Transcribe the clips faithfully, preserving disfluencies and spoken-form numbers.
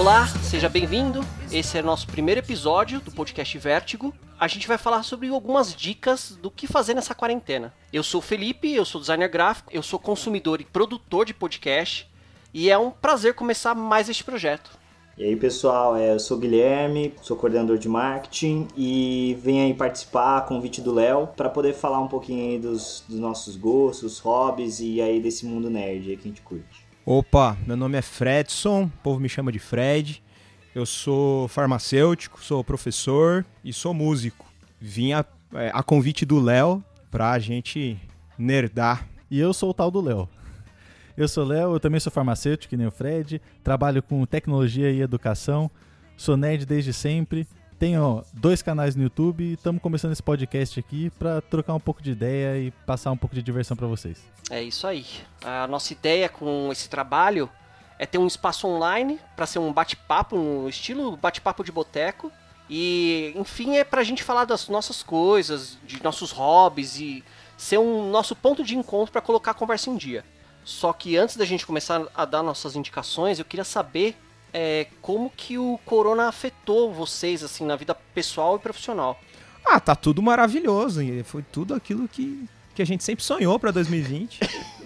Olá, seja bem-vindo. Esse é o nosso primeiro episódio do podcast Vértigo. A gente vai falar sobre algumas dicas do que fazer nessa quarentena. Eu sou o Felipe, eu sou designer gráfico, eu sou consumidor e produtor de podcast e é um prazer começar mais este projeto. E aí pessoal, eu sou o Guilherme, sou coordenador de marketing e venho aí participar a convite do Léo para poder falar um pouquinho aí dos, dos nossos gostos, hobbies e aí desse mundo nerd aí que a gente curte. Opa, meu nome é Fredson, o povo me chama de Fred, eu sou farmacêutico, sou professor e sou músico. Vim a, a convite do Léo pra gente nerdar. E eu sou o tal do Léo. Eu sou o Léo, eu também sou farmacêutico, que nem o Fred, trabalho com tecnologia e educação, sou nerd desde sempre, tenho dois canais no YouTube e estamos começando esse podcast aqui para trocar um pouco de ideia e passar um pouco de diversão para vocês. É isso aí. A nossa ideia com esse trabalho é ter um espaço online para ser um bate-papo, no estilo bate-papo de boteco. E, enfim, é pra gente falar das nossas coisas, de nossos hobbies e ser um nosso ponto de encontro para colocar a conversa em dia. Só que antes da gente começar a dar nossas indicações, eu queria saber é, como que o corona afetou vocês assim na vida pessoal e profissional. Ah, tá tudo maravilhoso. Foi tudo aquilo que, que a gente sempre sonhou pra dois mil e vinte.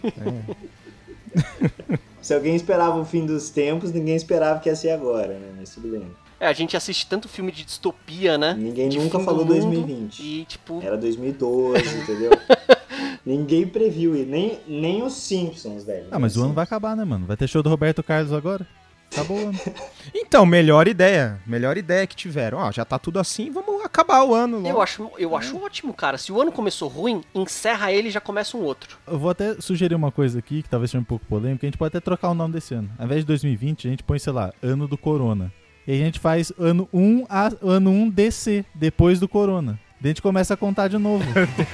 é. Se alguém esperava o fim dos tempos, ninguém esperava que ia ser agora, né? Mas tudo bem. É, a gente assiste tanto filme de distopia, né? Ninguém de nunca falou dois mil e vinte. E, tipo... Era dois mil e doze, entendeu? Ninguém previu, e nem, nem os Simpsons, velho. Ah, mas o ano vai acabar, né, mano? Vai ter show do Roberto Carlos agora? Acabou o ano. Então, melhor ideia. Melhor ideia que tiveram. Ó, já tá tudo assim, vamos acabar o ano logo. Eu acho, eu acho é. ótimo, cara. Se o ano começou ruim, encerra ele e já começa um outro. Eu vou até sugerir uma coisa aqui, que talvez seja um pouco polêmica. A gente pode até trocar o nome desse ano. Ao invés de dois mil e vinte, a gente põe, sei lá, ano do corona. E a gente faz ano um, a, ano um D C, depois do corona. Daí a gente começa a contar de novo.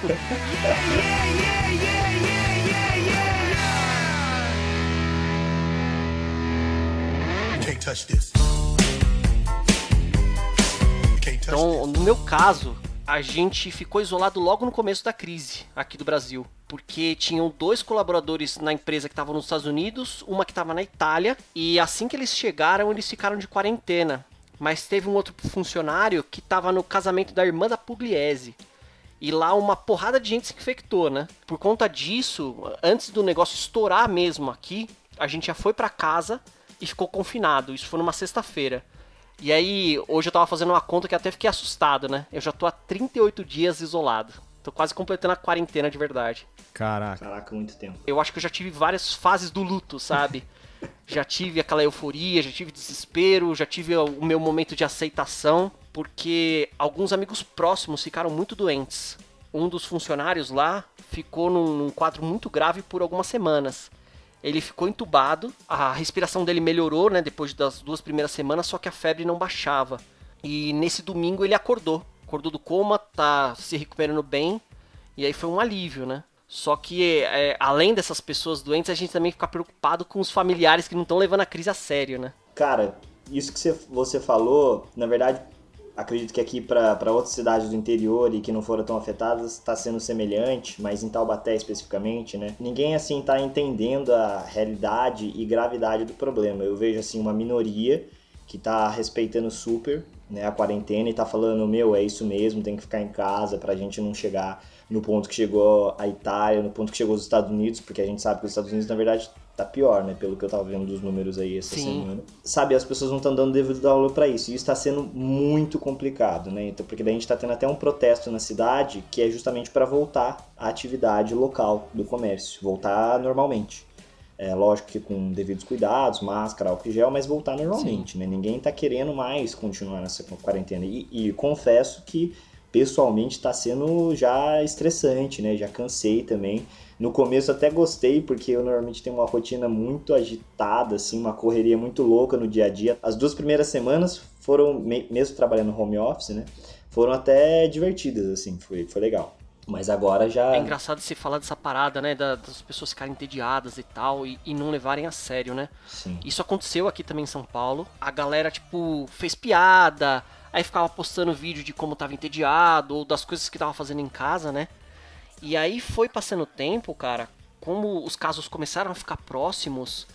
Então, no meu caso, a gente ficou isolado logo no começo da crise aqui do Brasil, porque tinham dois colaboradores na empresa que estavam nos Estados Unidos, uma que estava na Itália, e assim que eles chegaram, eles ficaram de quarentena. Mas teve um outro funcionário que estava no casamento da irmã da Pugliese. E lá uma porrada de gente se infectou, né? Por conta disso, antes do negócio estourar mesmo aqui, a gente já foi pra casa e ficou confinado. Isso foi numa sexta-feira. E aí, hoje eu tava fazendo uma conta que até fiquei assustado, né? Eu já tô há trinta e oito dias isolado. Tô quase completando a quarentena de verdade. Caraca. Caraca, muito tempo. Eu acho que eu já tive várias fases do luto, sabe? Já tive aquela euforia, já tive desespero, já tive o meu momento de aceitação, porque alguns amigos próximos ficaram muito doentes. Um dos funcionários lá ficou num, num quadro muito grave por algumas semanas. Ele ficou entubado, a respiração dele melhorou, né, depois das duas primeiras semanas, só que a febre não baixava. E nesse domingo ele acordou, acordou do coma, tá se recuperando bem, e aí foi um alívio, né? Só que, é, além dessas pessoas doentes, a gente também fica preocupado com os familiares que não estão levando a crise a sério, né? Cara, isso que você, você falou, na verdade, acredito que aqui para outras cidades do interior e que não foram tão afetadas, está sendo semelhante, mas em Taubaté especificamente, né? Ninguém, assim, tá entendendo a realidade e gravidade do problema. Eu vejo, assim, uma minoria que tá respeitando super, né, a quarentena e tá falando, meu, é isso mesmo, tem que ficar em casa pra gente não chegar no ponto que chegou a Itália, no ponto que chegou os Estados Unidos, porque a gente sabe que os Estados Unidos, na verdade, tá pior, né? Pelo que eu tava vendo dos números aí essa Sim. semana. Sabe, as pessoas não estão dando devido valor pra isso. E isso tá sendo muito complicado, né? Então, porque daí a gente tá tendo até um protesto na cidade que é justamente para voltar à atividade local do comércio. Voltar normalmente. É lógico que com devidos cuidados, máscara, álcool em gel, mas voltar normalmente, Sim. né? Ninguém tá querendo mais continuar nessa quarentena. E, e confesso que pessoalmente está sendo já estressante, né? Já cansei também. No começo até gostei, porque eu normalmente tenho uma rotina muito agitada, assim, uma correria muito louca no dia a dia. As duas primeiras semanas foram, mesmo trabalhando no home office, né? Foram até divertidas, assim, foi, foi legal. Mas agora já... É engraçado você falar dessa parada, né? Das pessoas ficarem entediadas e tal, e, e não levarem a sério, né? Sim. Isso aconteceu aqui também em São Paulo. A galera, tipo, fez piada, aí ficava postando vídeo de como tava entediado, ou das coisas que tava fazendo em casa, né? E aí foi passando o tempo, cara, como os casos começaram a ficar próximos,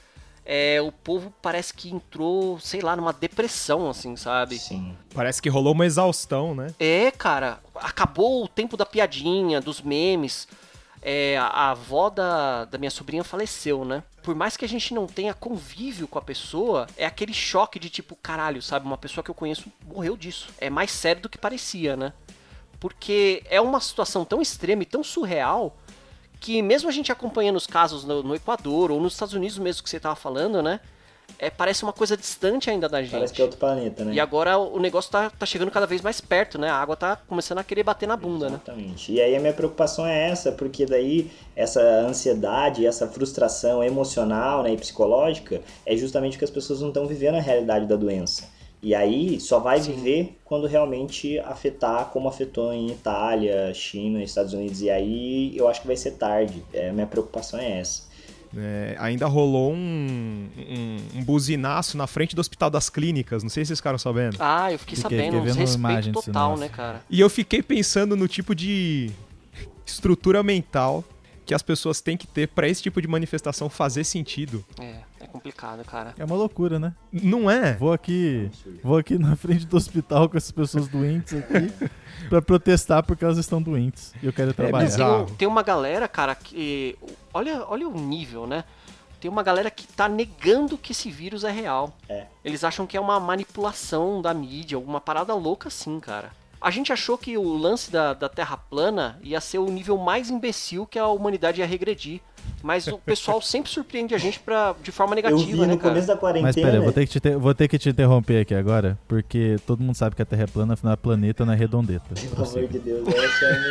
é, o povo parece que entrou, sei lá, numa depressão, assim, sabe? Sim. Parece que rolou uma exaustão, né? É, cara, acabou o tempo da piadinha, dos memes. É, a a avó da, da minha sobrinha faleceu, né? Por mais que a gente não tenha convívio com a pessoa, é aquele choque de tipo, caralho, sabe? Uma pessoa que eu conheço morreu disso. É mais sério do que parecia, né? Porque é uma situação tão extrema e tão surreal que mesmo a gente acompanhando os casos no, no Equador ou nos Estados Unidos mesmo que você tava falando, né? É, parece uma coisa distante ainda da gente. Parece que é outro planeta, né? E agora o negócio tá, tá chegando cada vez mais perto, né? A água tá começando a querer bater na bunda, né? Exatamente. E aí a minha preocupação é essa, porque daí essa ansiedade, essa frustração emocional, né, e psicológica é justamente porque as pessoas não estão vivendo a realidade da doença. E aí só vai Sim. viver quando realmente afetar como afetou em Itália, China, Estados Unidos. E aí eu acho que vai ser tarde. É, a minha preocupação é essa. É, ainda rolou um, um, um buzinaço na frente do Hospital das Clínicas, não sei se vocês ficaram sabendo. Ah, eu fiquei, Fiquei- sabendo, fiquei um vendo respeito imagens desse total, negócio. né, cara? E eu fiquei pensando no tipo de estrutura mental que as pessoas têm que ter pra esse tipo de manifestação fazer sentido. É, é complicado, cara. É uma loucura, né? Não é? Vou aqui, vou aqui na frente do hospital com essas pessoas doentes aqui pra protestar porque elas estão doentes. E eu quero trabalhar. bizarro. Tem, tem uma galera, cara, que... Olha, olha o nível, né? Tem uma galera que tá negando que esse vírus é real. É. Eles acham que é uma manipulação da mídia, alguma parada louca assim, cara. A gente achou que o lance da, da Terra plana ia ser o nível mais imbecil que a humanidade ia regredir. Mas o pessoal sempre surpreende a gente pra, de forma Eu negativa, vi né, no cara? começo da quarentena... Mas pera, eu vou ter, que te ter- vou ter que te interromper aqui agora, porque todo mundo sabe que a Terra é plana, afinal é planeta, não é redondeta. Pelo amor de Deus, essa é a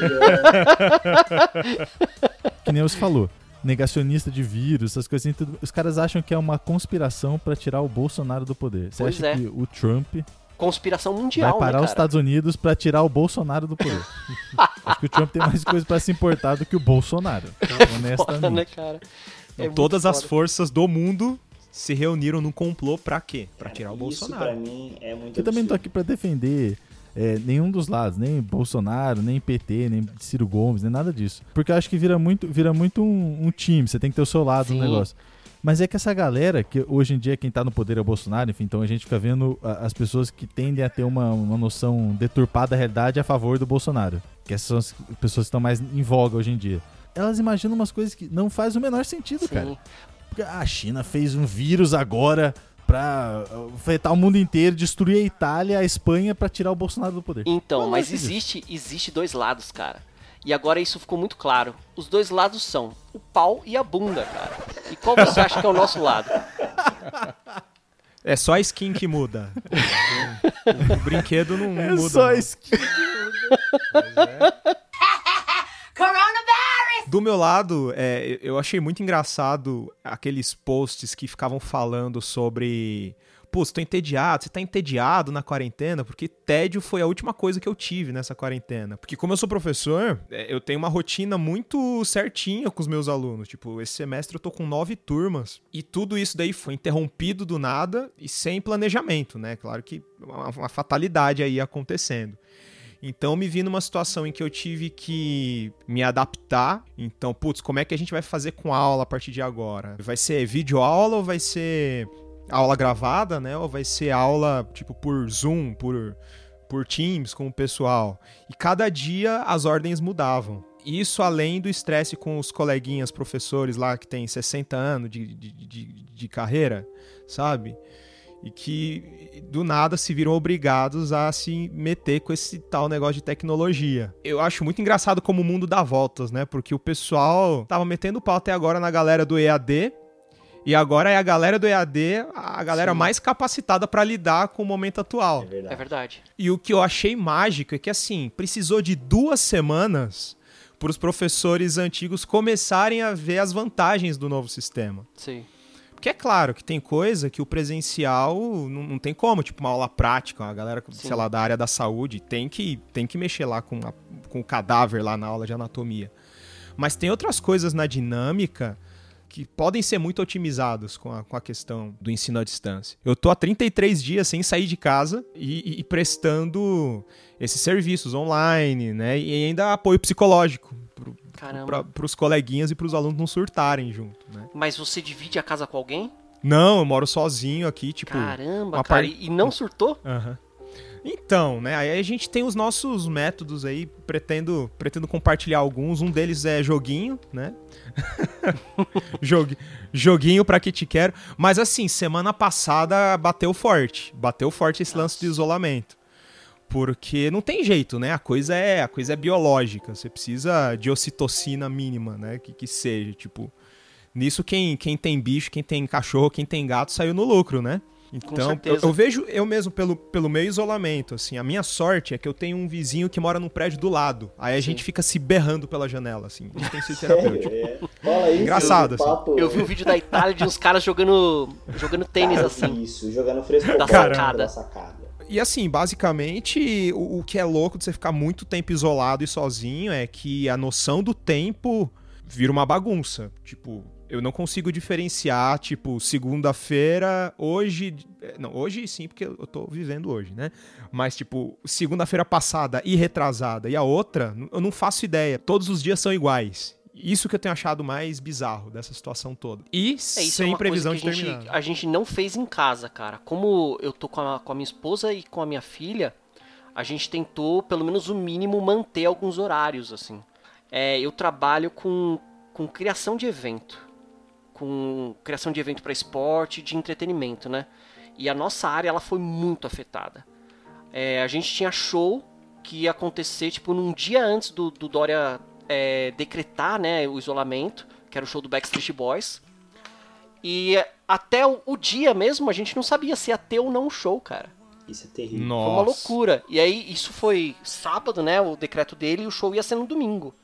melhor. Que nem você falou, negacionista de vírus, essas coisinhas, tudo, os caras acham que é uma conspiração pra tirar o Bolsonaro do poder. Você Pois acha é. que o Trump Conspiração mundial, vai parar né, os cara? Estados Unidos pra tirar o Bolsonaro do poder? Acho que o Trump tem mais coisa pra se importar do que o Bolsonaro, honestamente. Foda, né, cara? É Então, todas muito as foda. forças do mundo se reuniram num complô pra quê? Pra tirar o Isso pra Bolsonaro. mim é muito Eu também não tô absurdo. aqui pra defender é, nenhum dos lados, nem Bolsonaro, nem P T, nem Ciro Gomes, nem nada disso. Porque eu acho que vira muito, vira muito um, um time, você tem que ter o seu lado Sim. no negócio. Mas é que essa galera, que hoje em dia quem tá no poder é o Bolsonaro, enfim, então a gente fica vendo a- as pessoas que tendem a ter uma, uma noção deturpada da realidade a favor do Bolsonaro. Que essas são as pessoas que estão mais em voga hoje em dia. Elas imaginam umas coisas que não faz o menor sentido, Sim. cara. Porque a China fez um vírus agora pra uh, afetar o mundo inteiro, destruir a Itália, a Espanha pra tirar o Bolsonaro do poder. Então, Não, mas não é isso. existe, existe dois lados, cara. E agora isso ficou muito claro. Os dois lados são o pau e a bunda, cara. E qual você acha que é o nosso lado? É só a skin que muda. o, o brinquedo não, não É muda. só não. esqui. Do meu lado, é, eu achei muito engraçado aqueles posts que ficavam falando sobre... Pô, você tá entediado, você tá entediado na quarentena, porque tédio foi a última coisa que eu tive nessa quarentena. Porque como eu sou professor, é, eu tenho uma rotina muito certinha com os meus alunos. Tipo, esse semestre eu tô com nove turmas. E tudo isso daí foi interrompido do nada e sem planejamento, né? Claro que uma, uma fatalidade aí acontecendo. Então, eu me vi numa situação em que eu tive que me adaptar. Então, putz, como é que a gente vai fazer com a aula a partir de agora? Vai ser videoaula ou vai ser aula gravada, né? Ou vai ser aula, tipo, por Zoom, por, por Teams com o pessoal? E cada dia as ordens mudavam. Isso além do estresse com os coleguinhas professores lá que tem sessenta anos de, de, de, de carreira, sabe? E que do nada se viram obrigados a se meter com esse tal negócio de tecnologia. Eu acho muito engraçado como o mundo dá voltas, né? Porque o pessoal tava metendo pau até agora na galera do E A D, e agora é a galera do E A D a galera Sim. mais capacitada para lidar com o momento atual. É verdade. É verdade. E o que eu achei mágico é que, assim, precisou de duas semanas para os professores antigos começarem a ver as vantagens do novo sistema. Sim. Porque é claro que tem coisa que o presencial não, não tem como, tipo uma aula prática, a galera, Sim. sei lá, da área da saúde tem que, tem que mexer lá com, a, com o cadáver lá na aula de anatomia. Mas tem outras coisas na dinâmica que podem ser muito otimizados com a, com a questão do ensino à distância. Eu tô há trinta e três dias sem sair de casa e, e prestando esses serviços online, né? E ainda apoio psicológico Caramba. para os coleguinhas e para os alunos não surtarem junto, né? Mas você divide a casa com alguém? Não, eu moro sozinho aqui, tipo... Caramba, uma cara, par- e não surtou? Aham. Então, né, aí a gente tem os nossos métodos aí, pretendo, pretendo compartilhar alguns, um deles é joguinho, né, Jogu, joguinho pra que te quero, mas assim, semana passada bateu forte, bateu forte esse lance de isolamento, porque não tem jeito, né, a coisa é, a coisa é biológica, você precisa de ocitocina mínima, né, que, que seja, tipo, nisso quem, quem tem bicho, quem tem cachorro, quem tem gato saiu no lucro, né. Então, eu, eu vejo eu mesmo pelo, pelo meu isolamento, assim, a minha sorte é que eu tenho um vizinho que mora num prédio do lado. Aí a Sim. gente fica se berrando pela janela, assim. A gente tem sido terapêutico. É. Fala isso, engraçado, assim. papo. Eu vi um vídeo da Itália de uns caras jogando, jogando tênis, Cara, assim. Isso, jogando fresco da sacada. da sacada. E assim, basicamente, o, o que é louco de você ficar muito tempo isolado e sozinho é que a noção do tempo vira uma bagunça. Tipo... Eu não consigo diferenciar, tipo, segunda-feira, hoje... Não, hoje sim, porque eu tô vivendo hoje, né? Mas, tipo, segunda-feira passada e retrasada e a outra, eu não faço ideia. Todos os dias são iguais. Isso que eu tenho achado mais bizarro dessa situação toda. E é, sem é uma previsão coisa de que a gente, terminar. A gente não fez em casa, cara. Como eu tô com a, com a minha esposa e com a minha filha, a gente tentou, pelo menos o mínimo, manter alguns horários, assim. É, eu trabalho com, com criação de evento. Com criação de evento para esporte, de entretenimento, né? E a nossa área, ela foi muito afetada. É, a gente tinha show que ia acontecer, tipo, num dia antes do, do Dória é, decretar, né, o isolamento, que era o show do Backstreet Boys. E até o, o dia mesmo, a gente não sabia se ia ter ou não o show, cara. Isso é terrível. Nossa. Foi uma loucura. E aí, isso foi sábado, né, o decreto dele, e o show ia ser no domingo.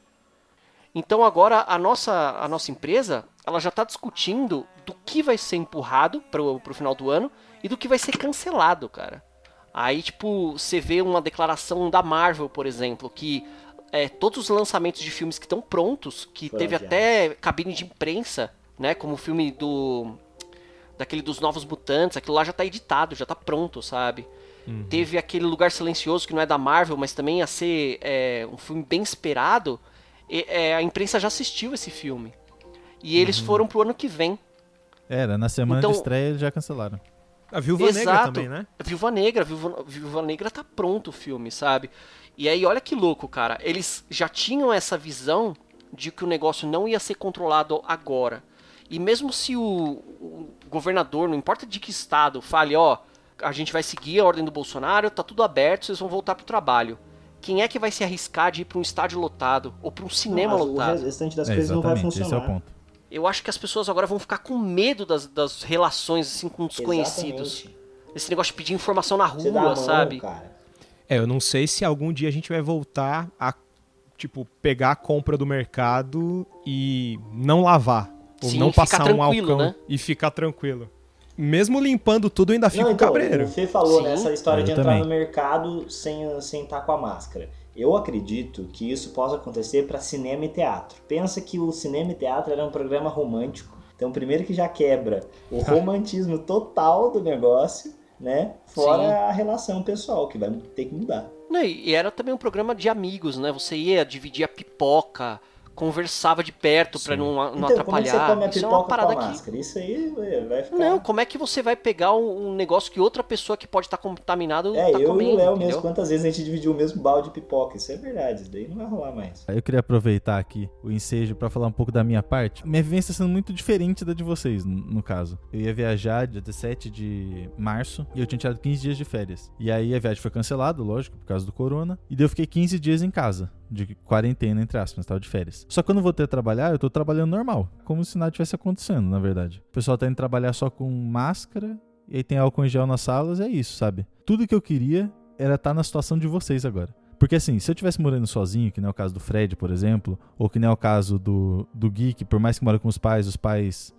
Então agora a nossa, a nossa empresa, ela já está discutindo do que vai ser empurrado pro, pro final do ano e do que vai ser cancelado, cara. Aí, tipo, você vê uma declaração da Marvel, por exemplo, que é, todos os lançamentos de filmes que estão prontos, que Foi teve adiado. até cabine de imprensa, né, como o filme do... daquele dos Novos Mutantes, aquilo lá já tá editado, já tá pronto, sabe? Uhum. Teve aquele Lugar Silencioso, que não é da Marvel, mas também ia ser é, um filme bem esperado. E, é, a imprensa já assistiu esse filme. E eles uhum. foram pro ano que vem. Era, na semana então, de estreia eles já cancelaram. A Viúva Exato. Negra também, né? A Viúva Negra, a Viúva, Viúva Negra tá pronto o filme, sabe? E aí, olha que louco, cara. Eles já tinham essa visão de que o negócio não ia ser controlado agora. E mesmo se o, o governador, não importa de que estado, fale, ó, a gente vai seguir a ordem do Bolsonaro, tá tudo aberto, vocês vão voltar pro trabalho. Quem é que vai se arriscar de ir pra um estádio lotado ou pra um cinema não, lotado? O restante das é, coisas não vai funcionar. Esse é o ponto. Eu acho que as pessoas agora vão ficar com medo das, das relações assim com desconhecidos. Exatamente. Esse negócio de pedir informação na rua, mão, sabe? Cara. É, eu não sei se algum dia a gente vai voltar a, tipo, pegar a compra do mercado e não lavar. Ou Sim, não passar um álcool, né? E ficar tranquilo. Mesmo limpando tudo, ainda fica não, um então, cabreiro. O Fê falou Sim, nessa história de entrar também. no mercado sem, sem estar com a máscara. Eu acredito que isso possa acontecer para cinema e teatro. Pensa que o cinema e teatro era um programa romântico. Então, primeiro que já quebra o romantismo total do negócio, né? Fora Sim. a relação pessoal, que vai ter que mudar. Não, e era também um programa de amigos, né? Você ia dividir a pipoca, conversava de perto para não, não então, atrapalhar. Como é que você come a isso pipoca é uma parada com a que... máscara? Isso aí vai ficar... Não, como é que você vai pegar um, um negócio que outra pessoa que pode estar tá contaminado é, tá eu comendo? É, eu e o Léo entendeu? mesmo, quantas vezes a gente dividiu o mesmo balde de pipoca. Isso é verdade, isso daí não vai rolar mais. Eu queria aproveitar aqui o ensejo para falar um pouco da minha parte. Minha vivência está sendo muito diferente da de vocês, no, no caso. Eu ia viajar dia dezessete de março e eu tinha tirado quinze dias de férias. E aí a viagem foi cancelada, lógico, por causa do corona. E daí eu fiquei quinze dias em casa. De quarentena, entre aspas, tava de férias. Só que quando eu voltei a trabalhar, eu tô trabalhando normal. Como se nada tivesse acontecendo, na verdade. O pessoal tá indo trabalhar só com máscara, e aí tem álcool em gel nas salas, é isso, sabe? Tudo que eu queria era estar na situação de vocês agora. Porque assim, se eu tivesse morando sozinho, que nem é o caso do Fred, por exemplo, ou que nem é o caso do, do Gui, que por mais que mora com os pais, os pais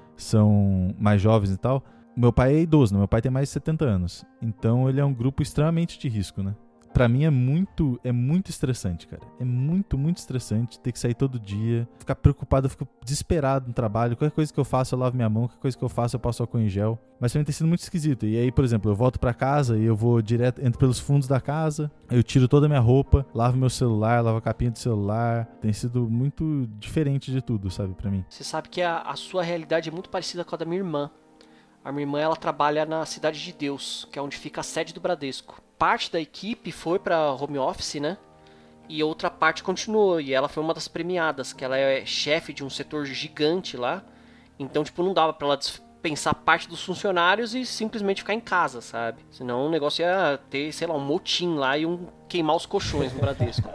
são mais jovens e tal, meu pai é idoso, né? Meu pai tem mais de setenta anos. Então ele é um grupo extremamente de risco, né? Pra mim é muito, é muito estressante, cara. É muito, muito estressante ter que sair todo dia, ficar preocupado, eu fico desesperado no trabalho. Qualquer coisa que eu faço, eu lavo minha mão. Qualquer coisa que eu faço, eu passo álcool em gel. Mas pra mim tem sido muito esquisito. E aí, por exemplo, eu volto pra casa e eu vou direto, entro pelos fundos da casa, eu tiro toda a minha roupa, lavo meu celular, lavo a capinha do celular. Tem sido muito diferente de tudo, sabe, pra mim. Você sabe que a, a sua realidade é muito parecida com a da minha irmã. A minha irmã, ela trabalha na Cidade de Deus, que é onde fica a sede do Bradesco. Parte da equipe foi para home office, né? E outra parte continuou, e ela foi uma das premiadas, que ela é chefe de um setor gigante lá. Então, tipo, não dava pra ela dispensar parte dos funcionários e simplesmente ficar em casa, sabe? Senão o negócio ia ter, sei lá, um motim lá e um queimar os colchões no Bradesco.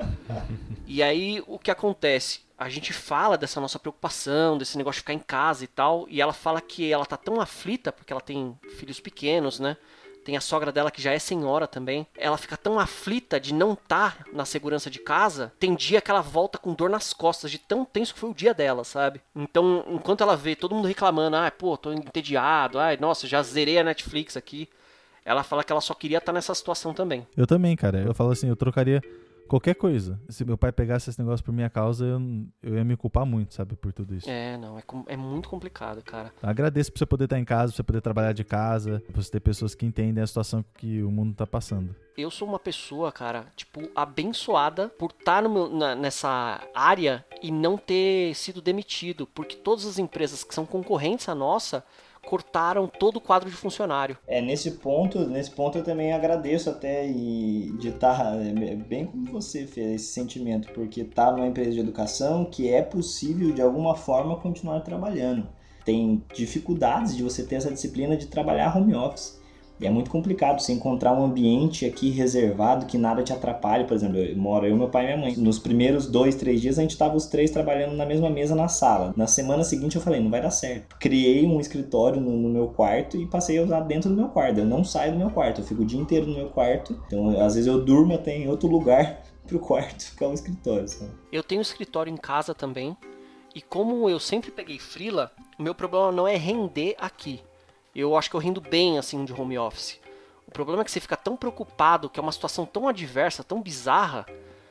E aí, o que acontece? A gente fala dessa nossa preocupação, desse negócio de ficar em casa e tal, e ela fala que ela tá tão aflita, porque ela tem filhos pequenos, né? Tem a sogra dela que já é senhora também. Ela fica tão aflita de não estar tá na segurança de casa. Tem dia que ela volta com dor nas costas, de tão tenso que foi o dia dela, sabe? Então, enquanto ela vê todo mundo reclamando, ah, pô, tô entediado, ai, nossa, já zerei a Netflix aqui. Ela fala que ela só queria estar tá nessa situação também. Eu também, cara. Eu falo assim, eu trocaria qualquer coisa. Se meu pai pegasse esse negócio por minha causa, eu, eu ia me culpar muito, sabe, por tudo isso. É, não, é, é muito complicado, cara. Agradeço por você poder estar em casa, por você poder trabalhar de casa, por você ter pessoas que entendem a situação que o mundo tá passando. Eu sou uma pessoa, cara, tipo, abençoada por estar no meu, na, nessa área e não ter sido demitido, porque todas as empresas que são concorrentes à nossa cortaram todo o quadro de funcionário. É, nesse ponto, nesse ponto eu também agradeço até e de estar bem como você fez esse sentimento, porque tá numa empresa de educação que é possível de alguma forma continuar trabalhando. Tem dificuldades de você ter essa disciplina de trabalhar home office. E é muito complicado você encontrar um ambiente aqui reservado que nada te atrapalhe. Por exemplo, eu moro eu, meu pai e minha mãe. Nos primeiros dois, três dias a gente estava os três trabalhando na mesma mesa na sala. Na semana seguinte eu falei, não vai dar certo. Criei um escritório no, no meu quarto e passei a usar dentro do meu quarto. Eu não saio do meu quarto, eu fico o dia inteiro no meu quarto. Então às vezes eu durmo até em outro lugar pro quarto ficar o escritório, sabe? Eu tenho escritório em casa também. E como eu sempre peguei freela, o meu problema não é render aqui. Eu acho que eu rindo bem, assim, de home office. O problema é que você fica tão preocupado, que é uma situação tão adversa, tão bizarra,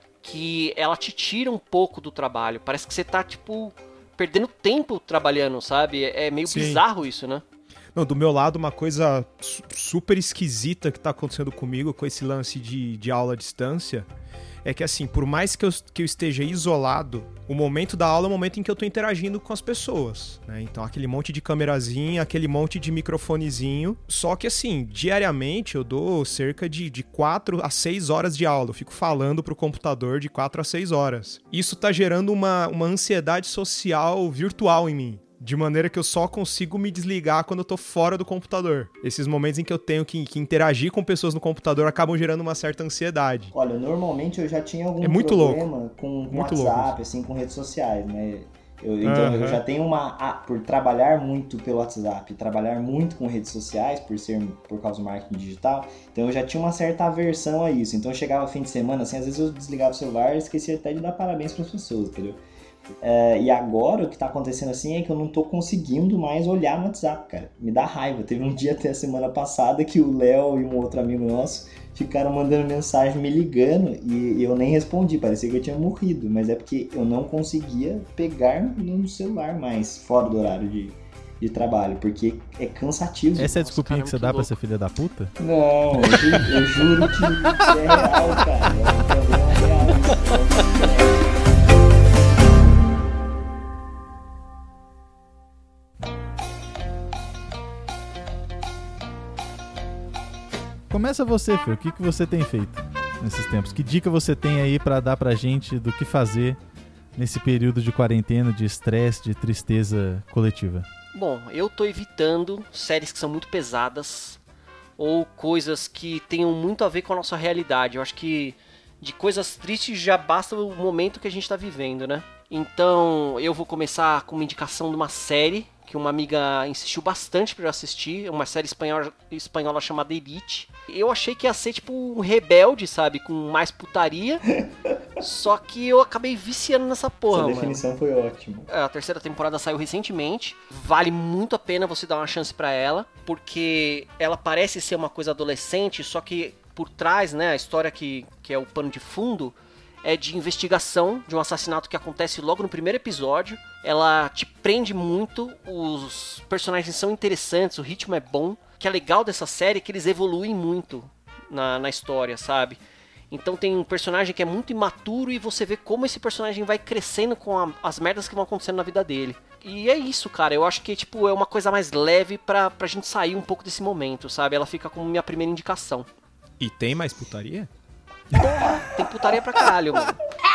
que ela te tira um pouco do trabalho. Parece que você tá, tipo, perdendo tempo trabalhando, sabe? É meio Sim. bizarro isso, né? Não, do meu lado, uma coisa super esquisita que tá acontecendo comigo com esse lance de, de aula à distância é que, assim, por mais que eu, que eu esteja isolado, o momento da aula é o momento em que eu tô interagindo com as pessoas, né? Então, aquele monte de camerazinha, aquele monte de microfonezinho. Só que, assim, diariamente eu dou cerca de, de quatro a seis horas de aula. Eu fico falando pro computador de quatro a seis horas. Isso tá gerando uma, uma ansiedade social virtual em mim. De maneira que eu só consigo me desligar quando eu tô fora do computador. Esses momentos em que eu tenho que, que interagir com pessoas no computador acabam gerando uma certa ansiedade. Olha, normalmente eu já tinha algum é muito problema louco. com muito WhatsApp, louco. assim, com redes sociais, né? Eu, então uhum. eu já tenho uma... Ah, por trabalhar muito pelo WhatsApp, trabalhar muito com redes sociais, por ser por causa do marketing digital, então eu já tinha uma certa aversão a isso. Então eu chegava fim de semana, assim, às vezes eu desligava o celular e esquecia até de dar parabéns para as pessoas, entendeu? É, e agora o que tá acontecendo assim é que eu não tô conseguindo mais olhar no WhatsApp, cara. Me dá raiva. Teve um dia até a semana passada que o Léo e um outro amigo nosso ficaram mandando mensagem me ligando e eu nem respondi, parecia que eu tinha morrido, mas é porque eu não conseguia pegar no celular mais fora do horário de, de trabalho, porque é cansativo. Essa é a desculpinha que você dá louco. Pra ser filha da puta? Não, eu, ju- eu juro que é real, cara. É um problema real. Começa você, Fê. O que, que você tem feito nesses tempos? Que dica você tem aí pra dar pra gente do que fazer nesse período de quarentena, de estresse, de tristeza coletiva? Bom, eu tô evitando séries que são muito pesadas ou coisas que tenham muito a ver com a nossa realidade. Eu acho que de coisas tristes já basta o momento que a gente tá vivendo, né? Então eu vou começar com uma indicação de uma série que uma amiga insistiu bastante pra eu assistir, uma série espanhola, espanhola chamada Elite. Eu achei que ia ser tipo um Rebelde, sabe, com mais putaria, só que eu acabei viciando nessa porra, mano. Essa definição foi ótima. A terceira temporada saiu recentemente, vale muito a pena você dar uma chance pra ela, porque ela parece ser uma coisa adolescente, só que por trás, né, a história que, que é o pano de fundo é de investigação de um assassinato que acontece logo no primeiro episódio. Ela te prende muito, os personagens são interessantes, o ritmo é bom. O que é legal dessa série é que eles evoluem muito na, na história, sabe? Então tem um personagem que é muito imaturo e você vê como esse personagem vai crescendo com a, as merdas que vão acontecendo na vida dele. E é isso, cara. Eu acho que, tipo, é uma coisa mais leve pra, pra gente sair um pouco desse momento, sabe? Ela fica como minha primeira indicação. E tem mais putaria? Porra, tem putaria pra caralho, mano.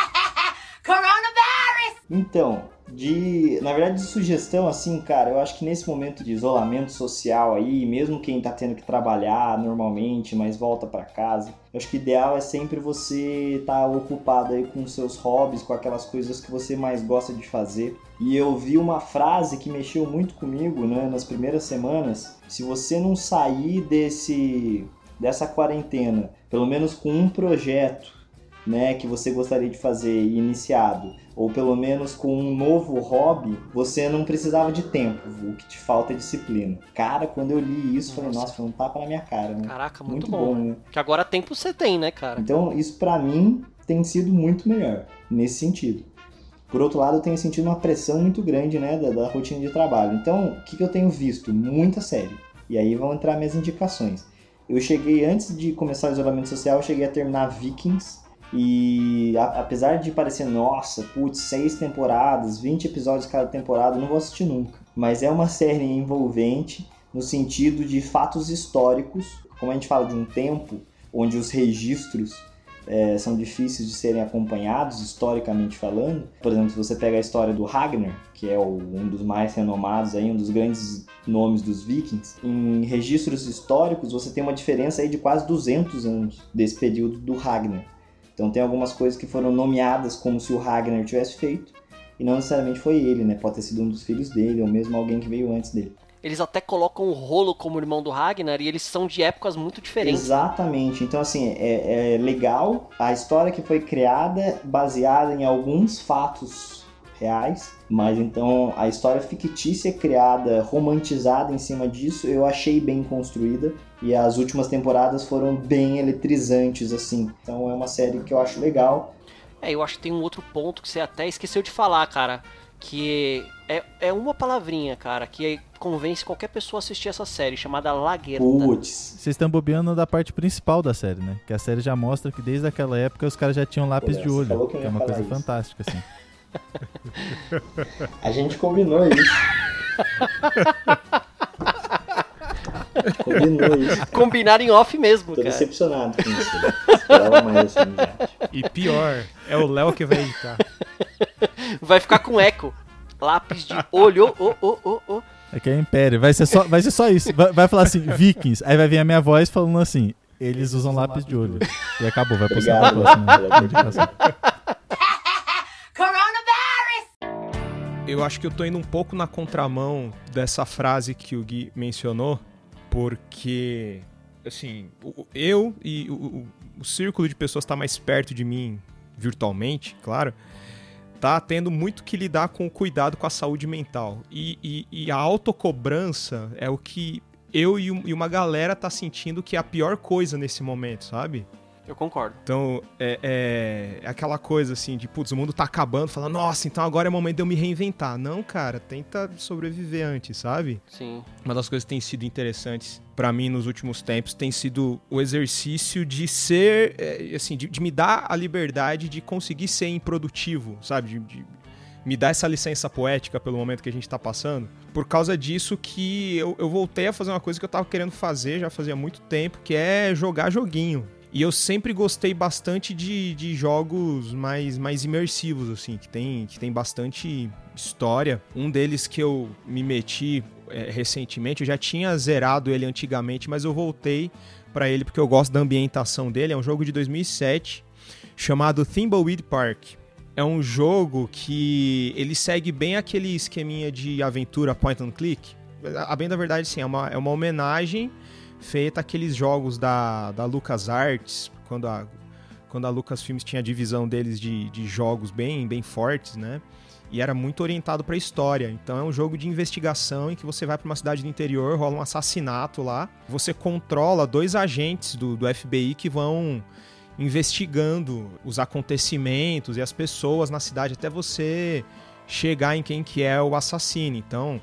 Coronavirus! Então, de, na verdade, de sugestão, assim, cara, eu acho que nesse momento de isolamento social aí, mesmo quem tá tendo que trabalhar normalmente, mas volta pra casa, eu acho que o ideal é sempre você estar ocupado aí com seus hobbies, com aquelas coisas que você mais gosta de fazer. E eu vi uma frase que mexeu muito comigo, né, nas primeiras semanas. Se você não sair desse, dessa quarentena, pelo menos com um projeto, né, que você gostaria de fazer iniciado, ou pelo menos com um novo hobby, você não precisava de tempo, o que te falta é disciplina. Cara, quando eu li isso, nossa. falei, nossa, foi um tapa na minha cara, né? Caraca, muito, muito bom, bom, né? Que agora tempo você tem, né, cara? Então, isso pra mim tem sido muito melhor, nesse sentido. Por outro lado, eu tenho sentido uma pressão muito grande, né, da, da rotina de trabalho. Então, o que, que eu tenho visto? Muita série. E aí vão entrar minhas indicações. Eu cheguei, antes de começar o isolamento social, eu cheguei a terminar Vikings. E a, apesar de parecer, nossa, putz, seis temporadas, vinte episódios cada temporada, eu não vou assistir nunca. Mas é uma série envolvente no sentido de fatos históricos, como a gente fala de um tempo onde os registros é, são difíceis de serem acompanhados, historicamente falando. Por exemplo, se você pega a história do Ragnar, que é o, um dos mais renomados, aí, um dos grandes nomes dos vikings, em registros históricos você tem uma diferença aí de quase duzentos anos desse período do Ragnar. Então tem algumas coisas que foram nomeadas como se o Ragnar tivesse feito, e não necessariamente foi ele, né? Pode ter sido um dos filhos dele, ou mesmo alguém que veio antes dele. Eles até colocam o Rolo como irmão do Ragnar, e eles são de épocas muito diferentes. Exatamente. Então, assim, é, é legal a história que foi criada baseada em alguns fatos reais, mas então a história fictícia criada, romantizada em cima disso, eu achei bem construída. E as últimas temporadas foram bem eletrizantes, assim. Então é uma série que eu acho legal. É, eu acho que tem um outro ponto que você até esqueceu de falar, cara. Que é, é uma palavrinha, cara, que convence qualquer pessoa a assistir essa série, chamada Lagertha. Putz. Vocês estão bobeando da parte principal da série, né? Que a série já mostra que desde aquela época os caras já tinham lápis Pô, de olho. Que, que é uma coisa isso. fantástica, assim. A gente combinou isso. Combinou isso. Combinaram em off mesmo, Tô cara. Tô decepcionado com isso. Esperava mais assim, já. E pior, é o Léo que vai editar. Vai ficar com eco. Lápis de olho, oh, oh, oh, oh. É que é Império, vai ser só, vai ser só isso. Vai, vai falar assim, Vikings, aí vai vir a minha voz falando assim, eles usam lápis de olho. E acabou, vai postar na próxima. Eu acho que eu tô indo um pouco na contramão dessa frase que o Gui mencionou, porque, assim, eu e o, o, o círculo de pessoas tá mais perto de mim, virtualmente, claro, tá tendo muito que lidar com o cuidado com a saúde mental. E, e, e a autocobrança é o que eu e, e uma galera tá sentindo que é a pior coisa nesse momento, sabe? Eu concordo. Então, é, é, é aquela coisa assim de, putz, o mundo tá acabando, fala, nossa, então agora é o momento de eu me reinventar. Não, cara, tenta sobreviver antes, sabe? Sim. Uma das coisas que tem sido interessantes pra mim nos últimos tempos tem sido o exercício de ser, é, assim, de, de me dar a liberdade de conseguir ser improdutivo, sabe? De, de me dar essa licença poética pelo momento que a gente tá passando. Por causa disso que eu, eu voltei a fazer uma coisa que eu tava querendo fazer já fazia muito tempo, que é jogar joguinho. E eu sempre gostei bastante de, de jogos mais, mais imersivos, assim, que tem, que tem bastante história. Um deles que eu me meti é, recentemente, eu já tinha zerado ele antigamente, mas eu voltei pra ele porque eu gosto da ambientação dele. É um jogo de dois mil e sete chamado Thimbleweed Park. É um jogo que ele segue bem aquele esqueminha de aventura point and click. A bem da verdade, sim, é uma, é uma homenagem feita aqueles jogos da, da LucasArts, quando a, quando a Lucasfilms tinha a divisão deles de, de jogos bem, bem fortes, né? E era muito orientado para a história. Então é um jogo de investigação em que você vai para uma cidade do interior, rola um assassinato lá, você controla dois agentes do, do F B I que vão investigando os acontecimentos e as pessoas na cidade até você chegar em quem que é o assassino. Então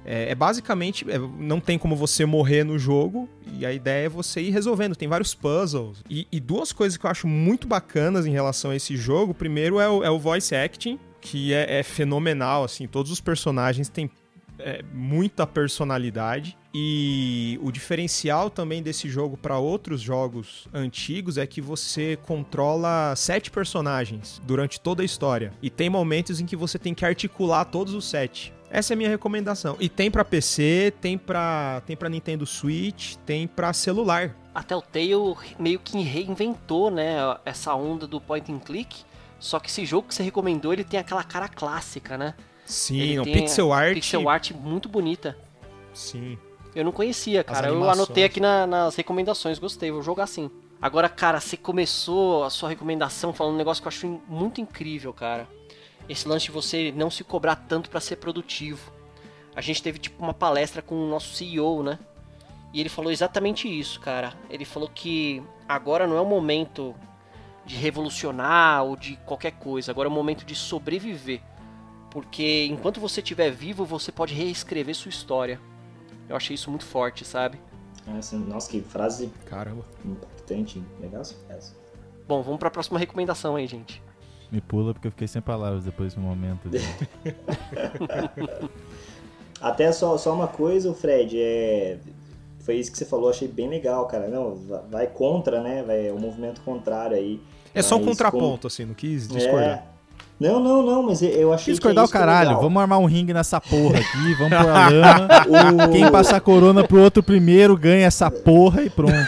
É, é basicamente, é, não tem como você morrer no jogo, e a ideia é você ir resolvendo. Tem vários puzzles. E, e duas coisas que eu acho muito bacanas em relação a esse jogo. Primeiro é o, é o voice acting, que é, é fenomenal, assim. Todos os personagens têm é, muita personalidade. E o diferencial também desse jogo para outros jogos antigos é que você controla sete personagens durante toda a história. E tem momentos em que você tem que articular todos os sete. Essa é a minha recomendação. E tem pra P C, tem pra, tem pra Nintendo Switch, tem pra celular. A Telltale meio que reinventou, né, essa onda do point and click, só que esse jogo que você recomendou, ele tem aquela cara clássica, né? Sim, um pixel art. Pixel art muito bonita. Sim. Eu não conhecia, cara. Eu anotei aqui na, nas recomendações, gostei, vou jogar sim. Agora, cara, você começou a sua recomendação falando um negócio que eu acho muito incrível, cara. Esse lance de você não se cobrar tanto pra ser produtivo. A gente teve tipo uma palestra com o nosso C E O, né? E ele falou exatamente isso, cara. Ele falou que agora não é o momento de revolucionar ou de qualquer coisa. Agora é o momento de sobreviver. Porque enquanto você estiver vivo, você pode reescrever sua história. Eu achei isso muito forte, sabe? Nossa, que frase Caramba. impactante. Legal essa frase. Bom, vamos pra próxima recomendação aí, gente. Me pula porque eu fiquei sem palavras depois desse momento. De... Até só, só uma coisa, Fred, é... foi isso que você falou, achei bem legal, cara. Não, vai contra, né? Vai, é um movimento contrário aí. É só um Mas contraponto, como... assim, não quis discordar. É... Não, não, não, mas eu achei Quis discordar que é o caralho, legal. Vamos armar um ringue nessa porra aqui, vamos pôr a lama. Quem passar a corona pro outro primeiro ganha essa porra e pronto.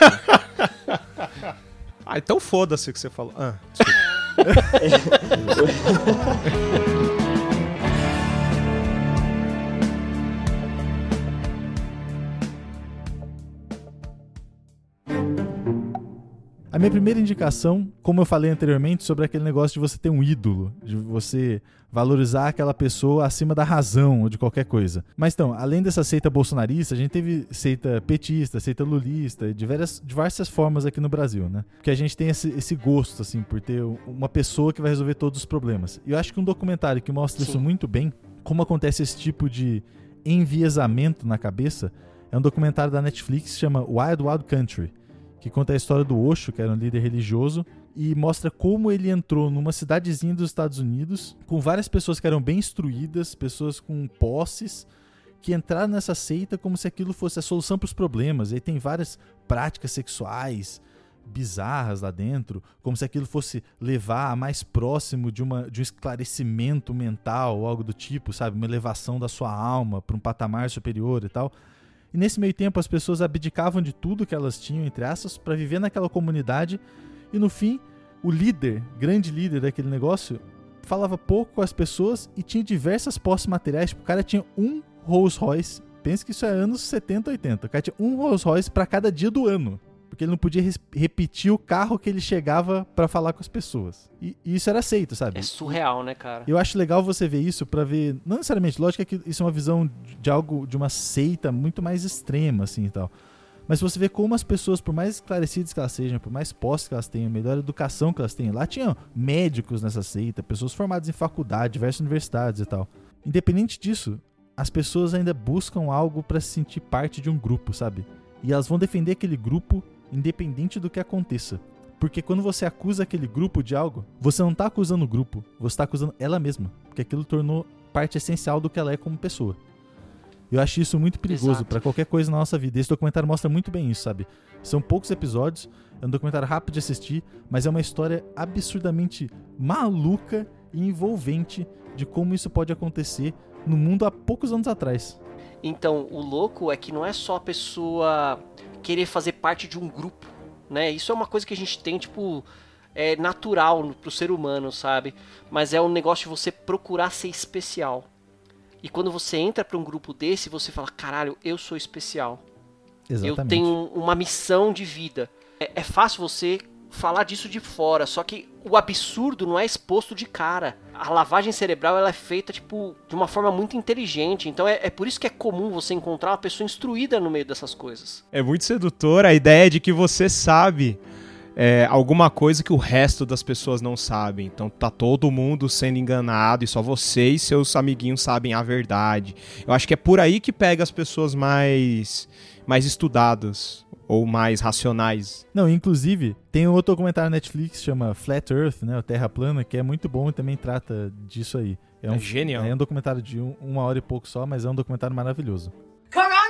Ah, então foda-se o que você falou. Ah, desculpa. A minha primeira indicação, como eu falei anteriormente, sobre aquele negócio de você ter um ídolo, de você valorizar aquela pessoa acima da razão ou de qualquer coisa. Mas então, além dessa seita bolsonarista, a gente teve seita petista, seita lulista, diversas, diversas formas aqui no Brasil, né? Porque a gente tem esse, esse gosto, assim, por ter uma pessoa que vai resolver todos os problemas. E eu acho que um documentário que mostra Sim. isso muito bem, como acontece esse tipo de enviesamento na cabeça, é um documentário da Netflix que se chama Wild Wild Country, que conta a história do Osho, que era um líder religioso, e mostra como ele entrou numa cidadezinha dos Estados Unidos, com várias pessoas que eram bem instruídas, pessoas com posses, que entraram nessa seita como se aquilo fosse a solução para os problemas. E aí tem várias práticas sexuais bizarras lá dentro, como se aquilo fosse levar a mais próximo de, uma, de um esclarecimento mental ou algo do tipo, sabe? Uma elevação da sua alma para um patamar superior e tal. E nesse meio tempo as pessoas abdicavam de tudo que elas tinham, entre aspas, para viver naquela comunidade. E no fim, o líder, grande líder daquele negócio, falava pouco com as pessoas e tinha diversas posses materiais. Tipo, o cara tinha um Rolls Royce, pensa que isso é anos setenta, oitenta. O cara tinha um Rolls Royce para cada dia do ano, porque ele não podia res- repetir o carro que ele chegava para falar com as pessoas. E, e isso era aceito, sabe? É surreal, né, cara? Eu acho legal você ver isso pra ver, não necessariamente, lógico que isso é uma visão de algo, de uma seita muito mais extrema, assim e tal. Mas você vê como as pessoas, por mais esclarecidas que elas sejam, por mais posses que elas tenham, melhor educação que elas tenham, lá tinham médicos nessa seita, pessoas formadas em faculdade, diversas universidades e tal. Independente disso, as pessoas ainda buscam algo pra se sentir parte de um grupo, sabe? E elas vão defender aquele grupo independente do que aconteça. Porque quando você acusa aquele grupo de algo, você não tá acusando o grupo, você tá acusando ela mesma. Porque aquilo tornou parte essencial do que ela é como pessoa. Eu acho isso muito perigoso para qualquer coisa na nossa vida. Esse documentário mostra muito bem isso, sabe? São poucos episódios, é um documentário rápido de assistir, mas é uma história absurdamente maluca e envolvente de como isso pode acontecer no mundo há poucos anos atrás. Então, o louco é que não é só a pessoa querer fazer parte de um grupo, né? Isso é uma coisa que a gente tem, tipo, é natural pro ser humano, sabe? Mas é um negócio de você procurar ser especial. E quando você entra pra um grupo desse, você fala, caralho, eu sou especial. Exatamente. Eu tenho uma missão de vida. É, é fácil você falar disso de fora, só que o absurdo não é exposto de cara. A lavagem cerebral ela é feita tipo, de uma forma muito inteligente, então é, é por isso que é comum você encontrar uma pessoa instruída no meio dessas coisas. É muito sedutora a ideia de que você sabe é, alguma coisa que o resto das pessoas não sabem. Então tá todo mundo sendo enganado e só você e seus amiguinhos sabem a verdade. Eu acho que é por aí que pega as pessoas mais, mais estudadas ou mais racionais. Não, inclusive, tem um outro documentário na Netflix, chama Flat Earth, né, o Terra Plana, que é muito bom e também trata disso aí. É, um, é genial. É um documentário de um, uma hora e pouco só, mas é um documentário maravilhoso. Coronavirus!